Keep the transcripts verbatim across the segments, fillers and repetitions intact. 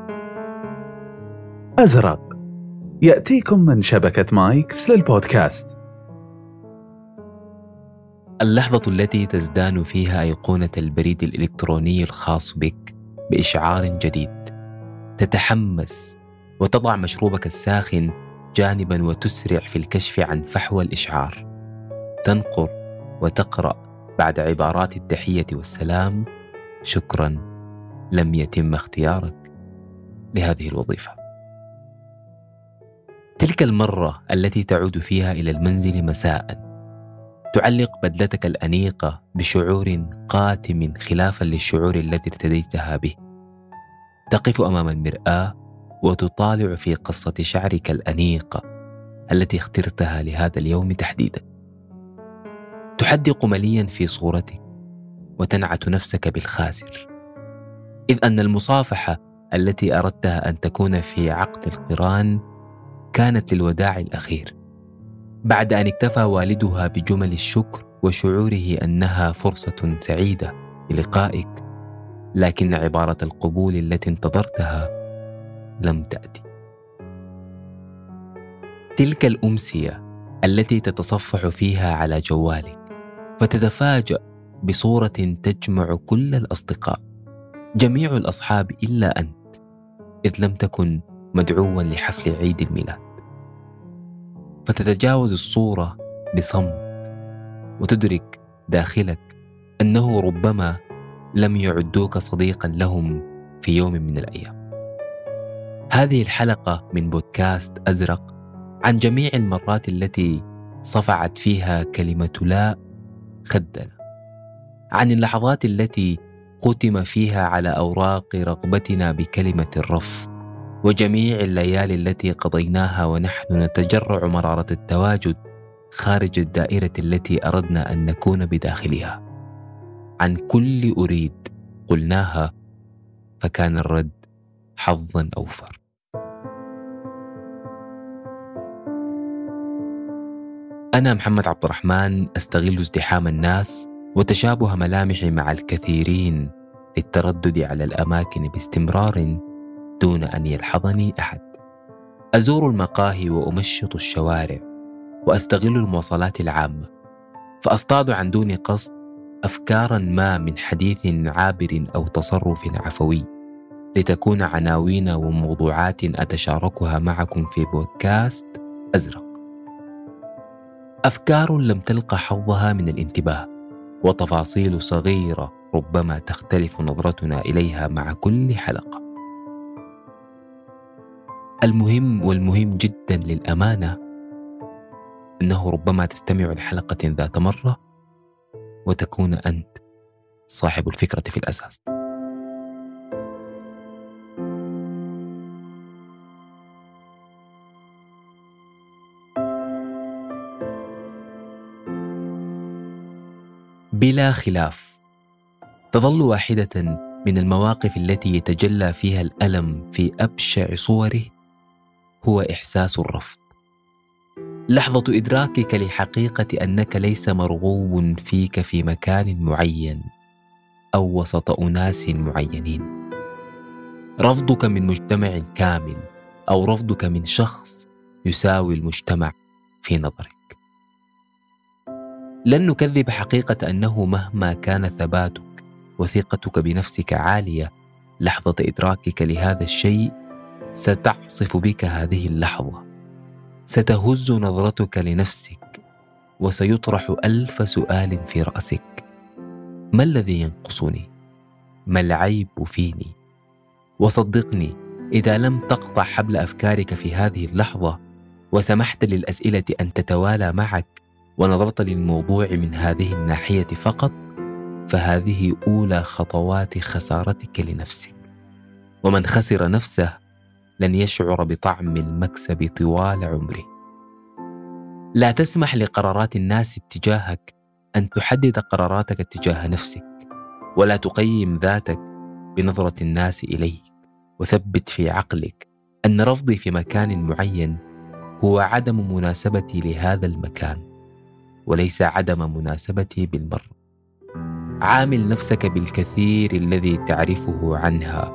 أزرق يأتيكم من شبكة مايكس للبودكاست. اللحظة التي تزدان فيها أيقونة البريد الإلكتروني الخاص بك بإشعار جديد، تتحمس وتضع مشروبك الساخن جانباً وتسرع في الكشف عن فحوى الإشعار، تنقر وتقرأ بعد عبارات التحية والسلام: شكراً، لم يتم اختيارك لهذه الوظيفة. تلك المرة التي تعود فيها إلى المنزل مساءً، تعلق بدلتك الأنيقة بشعور قاتم خلافاً للشعور الذي ارتديتها به. تقف أمام المرآة وتطالع في قصة شعرك الأنيقة التي اخترتها لهذا اليوم تحديداً. تحدق ملياً في صورتك وتنعت نفسك بالخاسر، إذ أن المصافحة التي أردتها أن تكون في عقد القران كانت للوداع الأخير، بعد أن اكتفى والدها بجمل الشكر وشعوره أنها فرصة سعيدة للقائك، لكن عبارة القبول التي انتظرتها لم تأتي. تلك الأمسية التي تتصفح فيها على جوالك فتتفاجأ بصورة تجمع كل الأصدقاء، جميع الأصحاب إلا أنت، إذ لم تكن مدعوا لحفل عيد الميلاد. فتتجاوز الصورة بصمت وتدرك داخلك أنه ربما لم يعدوك صديقا لهم في يوم من الأيام. هذه الحلقة من بودكاست أزرق عن جميع المرات التي صفعت فيها كلمة لا خدنا، عن اللحظات التي ختم فيها على أوراق رغبتنا بكلمة الرفض، وجميع الليالي التي قضيناها ونحن نتجرع مرارة التواجد خارج الدائرة التي أردنا أن نكون بداخلها. عن كل أريد قلناها، فكان الرد حظاً أوفر. أنا محمد عبد الرحمن، أستغل ازدحام الناس وتشابه ملامحي مع الكثيرين للتردد على الأماكن باستمرار دون أن يلحظني أحد. أزور المقاهي وأمشط الشوارع وأستغل المواصلات العامة، فأصطاد عن دون قصد أفكاراً ما من حديث عابر أو تصرف عفوي لتكون عناوين وموضوعات أتشاركها معكم في بودكاست أزرق. أفكار لم تلقى حظها من الانتباه، وتفاصيل صغيرة ربما تختلف نظرتنا إليها مع كل حلقة. المهم والمهم جدا للأمانة أنه ربما تستمع لحلقة ذات مرة وتكون أنت صاحب الفكرة في الأساس. بلا خلاف، تظل واحدة من المواقف التي يتجلى فيها الألم في أبشع صوره هو إحساس الرفض. لحظة إدراكك لحقيقة أنك ليس مرغوب فيك في مكان معين أو وسط أناس معينين. رفضك من مجتمع كامل أو رفضك من شخص يساوي المجتمع في نظرك. لن نكذب حقيقة أنه مهما كان ثباتك وثقتك بنفسك عالية، لحظة إدراكك لهذا الشيء ستعصف بك هذه اللحظة، ستهز نظرتك لنفسك وسيطرح ألف سؤال في رأسك: ما الذي ينقصني؟ ما العيب فيني؟ وصدقني، إذا لم تقطع حبل أفكارك في هذه اللحظة وسمحت للأسئلة أن تتوالى معك ونظرت للموضوع من هذه الناحية فقط، فهذه أولى خطوات خسارتك لنفسك. ومن خسر نفسه لن يشعر بطعم المكسب طوال عمره. لا تسمح لقرارات الناس اتجاهك أن تحدد قراراتك اتجاه نفسك، ولا تقيم ذاتك بنظرة الناس إليك. وثبت في عقلك أن رفضي في مكان معين هو عدم مناسبتي لهذا المكان، وليس عدم مناسبتي بالمرة. عامل نفسك بالكثير الذي تعرفه عنها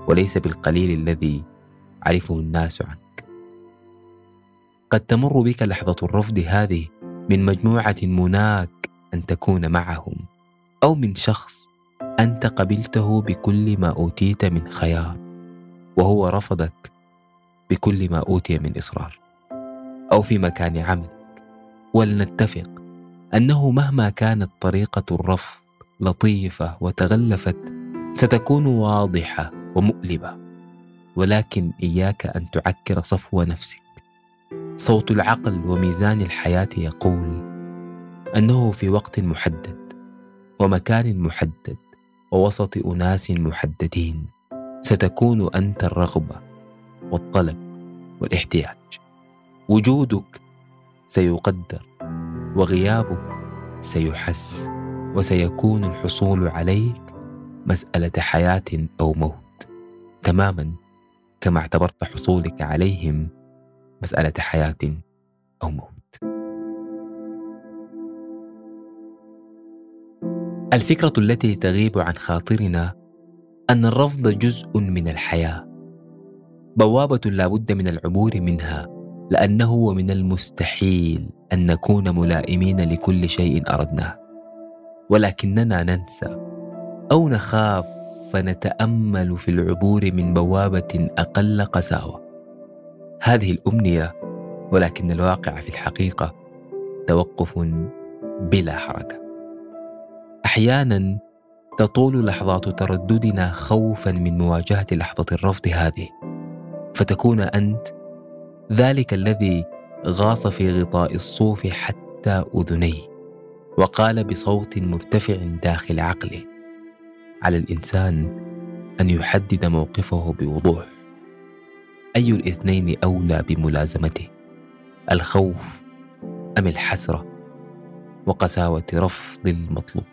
وليس بالقليل الذي عرفه الناس عنك. قد تمر بك لحظة الرفض هذه من مجموعة مناك أن تكون معهم، أو من شخص أنت قبلته بكل ما أوتيت من خيار وهو رفضك بكل ما أوتي من إصرار، أو في مكان عملك. ولنتفق أنه مهما كانت طريقة الرفض لطيفة وتغلفت ستكون واضحة ومؤلمة، ولكن إياك أن تعكر صفو نفسك. صوت العقل وميزان الحياة يقول أنه في وقت محدد ومكان محدد ووسط أناس محددين ستكون أنت الرغبة والطلب والاحتياج. وجودك سيقدر وغيابك سيحس، وسيكون الحصول عليك مسألة حياة أو موت، تماما كما اعتبرت حصولك عليهم مسألة حياة أو موت. الفكرة التي تغيب عن خاطرنا أن الرفض جزء من الحياة، بوابة لا بد من العبور منها، لأنه من المستحيل أن نكون ملائمين لكل شيء أردناه، ولكننا ننسى أو نخاف فنتأمل في العبور من بوابة أقل قساوة. هذه الأمنية، ولكن الواقع في الحقيقة توقف بلا حركة. أحيانا تطول لحظات ترددنا خوفا من مواجهة لحظة الرفض هذه، فتكون أنت ذلك الذي غاص في غطاء الصوف حتى أذنيه وقال بصوت مرتفع داخل عقله: على الإنسان أن يحدد موقفه بوضوح. أي الاثنين أولى بملازمته، الخوف أم الحسرة وقساوة رفض المطلوب؟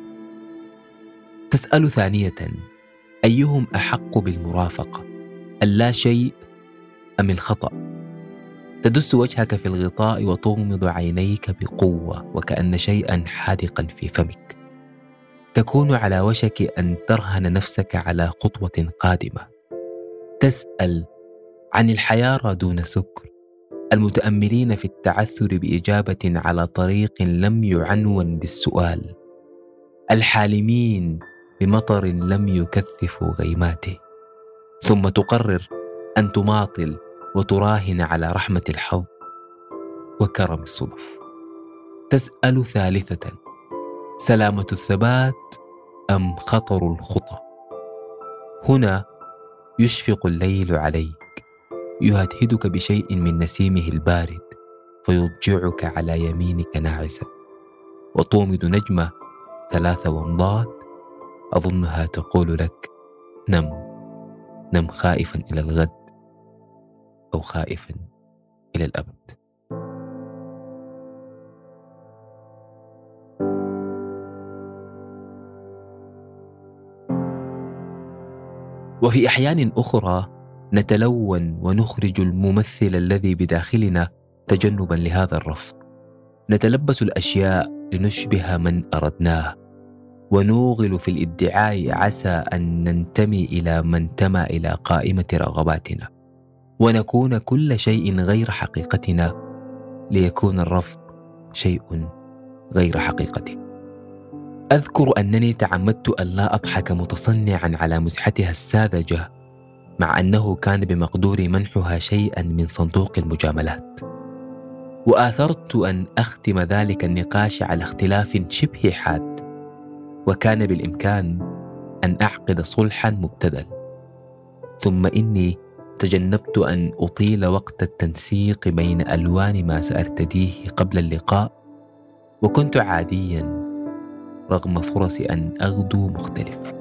تسأل ثانية: أيهم أحق بالمرافقة، اللا شيء أم الخطأ؟ تدس وجهك في الغطاء وتغمض عينيك بقوة وكأن شيئا حادقا في فمك. تكون على وشك أن ترهن نفسك على خطوة قادمة. تسأل عن الحيارى دون سكر، المتأملين في التعثر بإجابة على طريق لم يعنون بالسؤال، الحالمين بمطر لم يكثف غيماته. ثم تقرر أن تماطل وتراهن على رحمة الحظ وكرم الصدف. تسأل ثالثة: سلامة الثبات أم خطر الخطى؟ هنا يشفق الليل عليك، يهدهدك بشيء من نسيمه البارد فيضجعك على يمينك ناعسا، وتومض نجمة ثلاث ومضات أظنها تقول لك: نم نم خائفا إلى الغد أو خائفا إلى الأبد. وفي أحيان أخرى نتلون ونخرج الممثل الذي بداخلنا تجنبا لهذا الرفض. نتلبس الأشياء لنشبه من أردناه، ونوغل في الادعاء عسى أن ننتمي إلى من انتمى إلى قائمة رغباتنا، ونكون كل شيء غير حقيقتنا ليكون الرفض شيء غير حقيقته. أذكر أنني تعمدت أن لا أضحك متصنعا على مزحتها الساذجة، مع أنه كان بمقدوري منحها شيئا من صندوق المجاملات، وآثرت أن أختم ذلك النقاش على اختلاف شبه حاد، وكان بالإمكان أن أعقد صلحا مبتذل. ثم إني تجنبت أن أطيل وقت التنسيق بين ألوان ما سأرتديه قبل اللقاء، وكنت عاديا رغم فرص أن أغدو مختلف.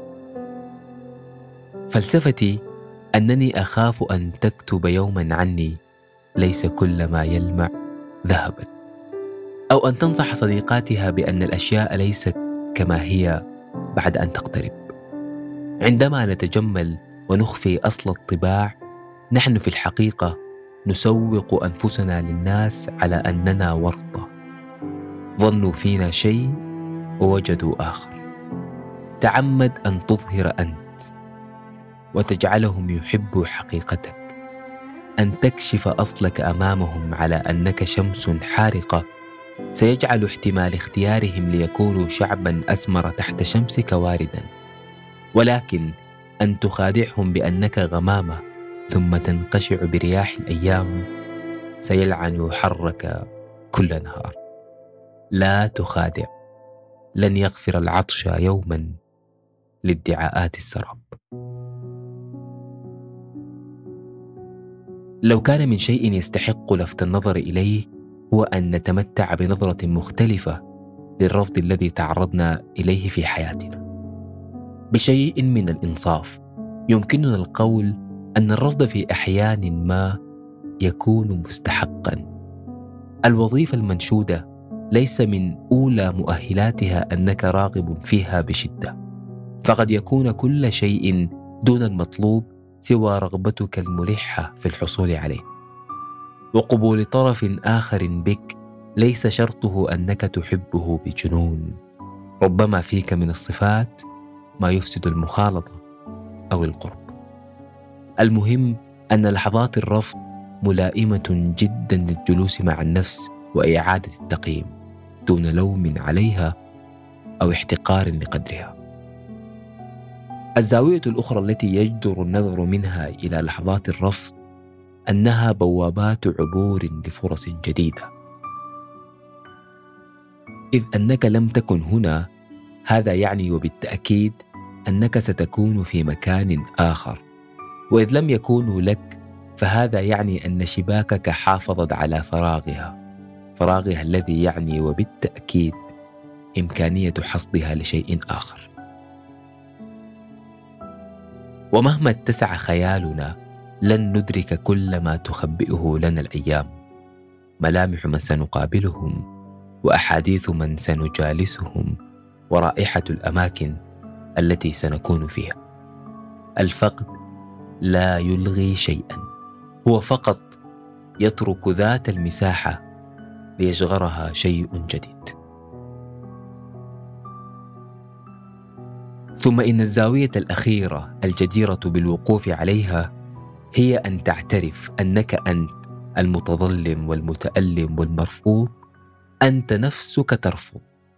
فلسفتي أنني أخاف أن تكتب يوما عني: ليس كل ما يلمع ذهبا، أو أن تنصح صديقاتها بأن الأشياء ليست كما هي بعد أن تقترب. عندما نتجمل ونخفي أصل الطباع، نحن في الحقيقة نسوق أنفسنا للناس على أننا ورطة، ظنوا فينا شيء ووجدوا آخر. تعمد أن تظهر أنت، وتجعلهم يحبوا حقيقتك، أن تكشف أصلك أمامهم على أنك شمس حارقة سيجعل احتمال اختيارهم ليكونوا شعبا أسمر تحت شمسك واردا، ولكن أن تخادعهم بأنك غمامة ثم تنقشع برياح الأيام سيلعن حرك كل نهار. لا تخادع، لن يغفر العطش يوما لادعاءات السراب. لو كان من شيء يستحق لفت النظر إليه هو أن نتمتع بنظرة مختلفة للرفض الذي تعرضنا إليه في حياتنا. بشيء من الإنصاف يمكننا القول أن الرفض في أحيان ما يكون مستحقا. الوظيفة المنشودة ليس من أولى مؤهلاتها أنك راغب فيها بشدة، فقد يكون كل شيء دون المطلوب سوى رغبتك الملحة في الحصول عليه. وقبول طرف آخر بك ليس شرطه أنك تحبه بجنون، ربما فيك من الصفات ما يفسد المخالطة أو القرب. المهم أن لحظات الرفض ملائمة جدا للجلوس مع النفس وإعادة التقييم دون لوم عليها أو احتقار لقدرها. الزاوية الأخرى التي يجدر النظر منها إلى لحظات الرفض أنها بوابات عبور لفرص جديدة. إذ أنك لم تكن هنا، هذا يعني وبالتأكيد أنك ستكون في مكان آخر، وإذ لم يكونوا لك فهذا يعني أن شباكك حافظت على فراغها، فراغها الذي يعني وبالتأكيد إمكانية حصدها لشيء آخر. ومهما اتسع خيالنا لن ندرك كل ما تخبئه لنا الأيام، ملامح من سنقابلهم وأحاديث من سنجالسهم ورائحة الأماكن التي سنكون فيها. الفقد لا يلغي شيئا، هو فقط يترك ذات المساحة ليشغرها شيء جديد. ثم إن الزاوية الأخيرة الجديرة بالوقوف عليها هي أن تعترف أنك أنت المتظلم والمتألم والمرفوض، أنت نفسك ترفض.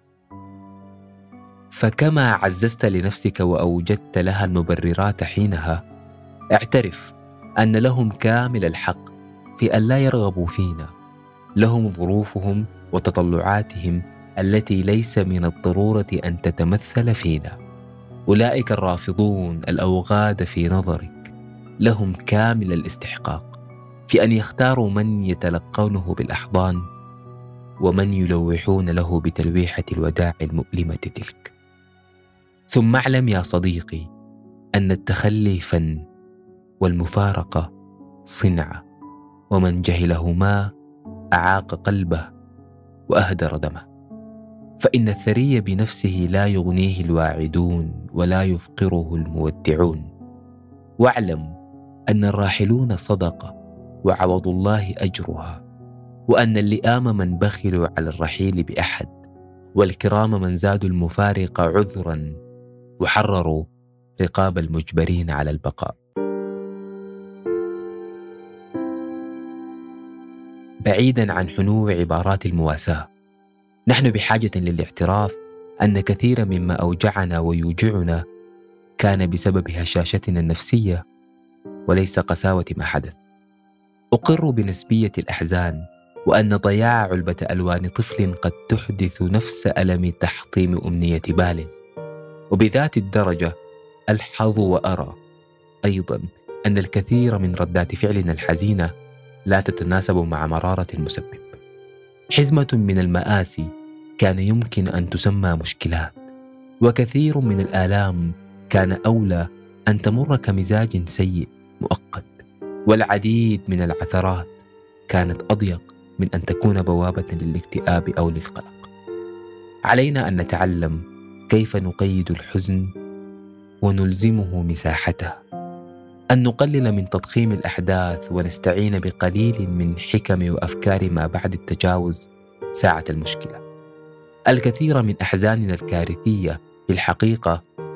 فكما عززت لنفسك وأوجدت لها المبررات حينها، اعترف أن لهم كامل الحق في أن لا يرغبوا فينا. لهم ظروفهم وتطلعاتهم التي ليس من الضرورة أن تتمثل فينا. أولئك الرافضون الأوغاد في نظرك لهم كامل الاستحقاق في أن يختاروا من يتلقونه بالأحضان ومن يلوحون له بتلويحة الوداع المؤلمة تلك. ثم اعلم يا صديقي أن التخلي فن والمفارقة صنعة، ومن جهلهما أعاق قلبه وأهدر دمه. فإن الثري بنفسه لا يغنيه الواعدون ولا يفقره المودعون. واعلم أن الراحلون صدقة وعوض الله أجرها، وأن اللئام من بخلوا على الرحيل بأحد، والكرام من زادوا المفارق عذرا وحرروا رقاب المجبرين على البقاء. بعيدا عن حنو عبارات المواساة، نحن بحاجة للاعتراف أن كثير مما أوجعنا ويوجعنا كان بسبب هشاشتنا النفسية وليس قساوة ما حدث. أقر بنسبية الأحزان، وأن ضياع علبة ألوان طفل قد تحدث نفس ألم تحطيم أمنية بال. وبذات الدرجة ألحظ وأرى أيضا أن الكثير من ردات فعلنا الحزينة لا تتناسب مع مرارة المسبب. حزمة من المآسي كان يمكن أن تسمى مشكلات، وكثير من الآلام كان أولى أن تمر كمزاج سيء مؤقت، والعديد من العثرات كانت أضيق من أن تكون بوابة للاكتئاب أو للقلق. علينا أن نتعلم كيف نقيد الحزن ونلزمه مساحته، أن نقلل من تضخيم الأحداث ونستعين بقليل من حكم وأفكار ما بعد التجاوز ساعة المشكلة. الكثير من أحزاننا الكارثية في الحقيقة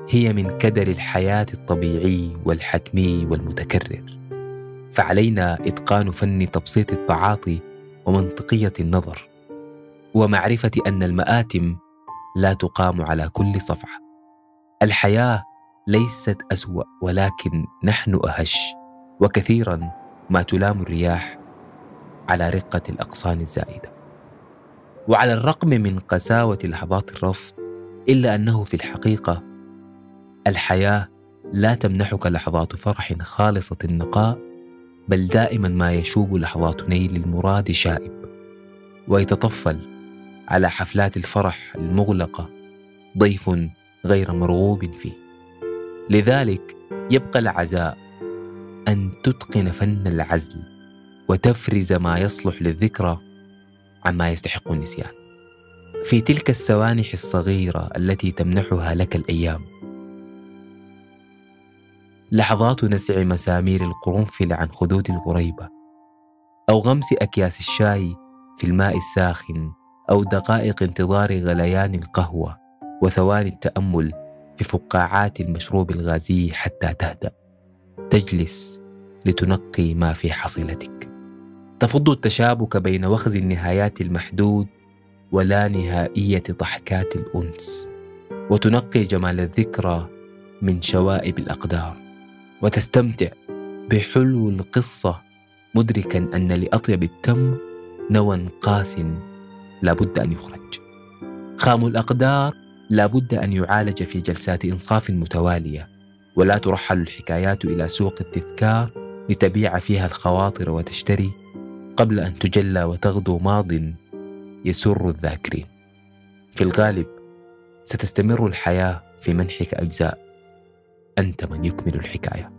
هي من كدر الحياة الطبيعي والحتمي والمتكرر، فعلينا إتقان فن تبسيط التعاطي ومنطقية النظر، ومعرفة أن المآتم لا تقام على كل صفعة. الحياة ليست أسوأ، ولكن نحن أهش، وكثيراً ما تلام الرياح على رقة الأغصان الزائدة. وعلى الرغم من قساوة لحظات الرفض، إلا أنه في الحقيقة الحياة لا تمنحك لحظات فرح خالصة النقاء، بل دائما ما يشوب لحظات نيل المراد شائب، ويتطفل على حفلات الفرح المغلقة ضيف غير مرغوب فيه. لذلك يبقى العزاء أن تتقن فن العزل وتفرز ما يصلح للذكرى عما يستحق النسيان في تلك السوانح الصغيرة التي تمنحها لك الأيام. لحظات نزع مسامير القرنفل عن خدود الغريبة، أو غمس أكياس الشاي في الماء الساخن، أو دقائق انتظار غليان القهوة، وثواني التأمل في فقاعات المشروب الغازي حتى تهدأ. تجلس لتنقي ما في حصيلتك، تفض التشابك بين وخز النهايات المحدود ولا نهائية ضحكات الأنس، وتنقي جمال الذكرى من شوائب الأقدار، وتستمتع بحلو القصة مدركا أن لأطيب التمر نوى قاس لابد أن يخرج. خام الأقدار لابد أن يعالج في جلسات إنصاف متوالية، ولا ترحل الحكايات إلى سوق التذكار لتبيع فيها الخواطر وتشتري قبل أن تجلى وتغدو ماض يسر الذاكرين. في الغالب ستستمر الحياة في منحك أجزاء، أنت من يكمل الحكاية.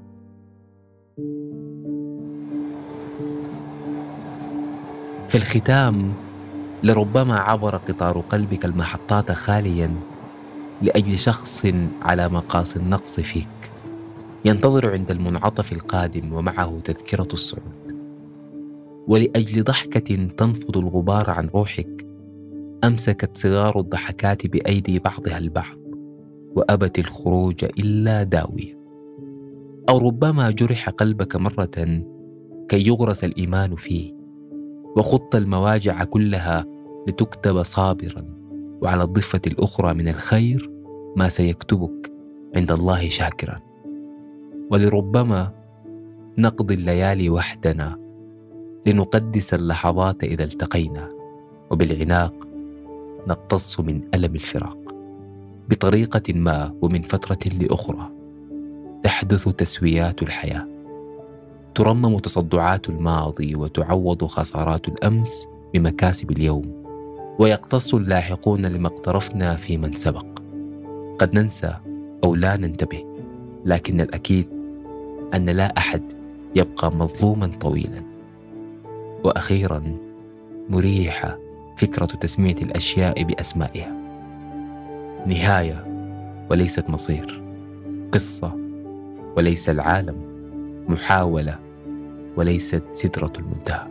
في الختام، لربما عبر قطار قلبك المحطات خاليا لأجل شخص على مقاس النقص فيك، ينتظر عند المنعطف القادم ومعه تذكرة الصعود، ولأجل ضحكة تنفض الغبار عن روحك أمسكت صغار الضحكات بأيدي بعضها البعض وأبت الخروج إلا داوية. أو ربما جرح قلبك مرة كي يغرس الإيمان فيه، وخضت المواجع كلها لتكتب صابرا، وعلى الضفة الأخرى من الخير ما سيكتبك عند الله شاكرا. ولربما نقضي الليالي وحدنا لنقدس اللحظات إذا التقينا، وبالعناق نقتص من ألم الفراق. بطريقة ما ومن فترة لأخرى تحدث تسويات الحياة، ترمم تصدعات الماضي وتعوض خسارات الأمس بمكاسب اليوم، ويقتص اللاحقون لما اقترفنا في من سبق. قد ننسى أو لا ننتبه، لكن الأكيد أن لا أحد يبقى مظلوما طويلا. وأخيرا، مريحة فكرة تسمية الأشياء بأسمائها. نهاية وليست مصير، قصة وليس العالم، محاولة وليست سدرة المنتهى.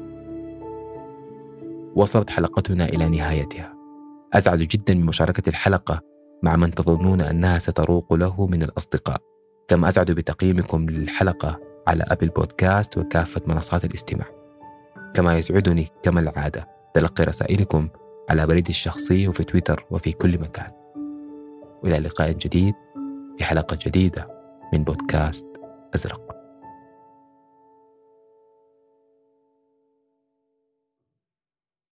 وصلت حلقتنا إلى نهايتها. أسعد جدا بمشاركة الحلقة مع من تظنون أنها ستروق له من الأصدقاء، كما أسعد بتقييمكم للحلقة على أبل بودكاست وكافة منصات الاستماع. كما يسعدني كما العادة تلقي رسائلكم على بريدي الشخصي وفي تويتر وفي كل مكان. وإلى لقاء جديد في حلقة جديدة من بودكاست أزرق.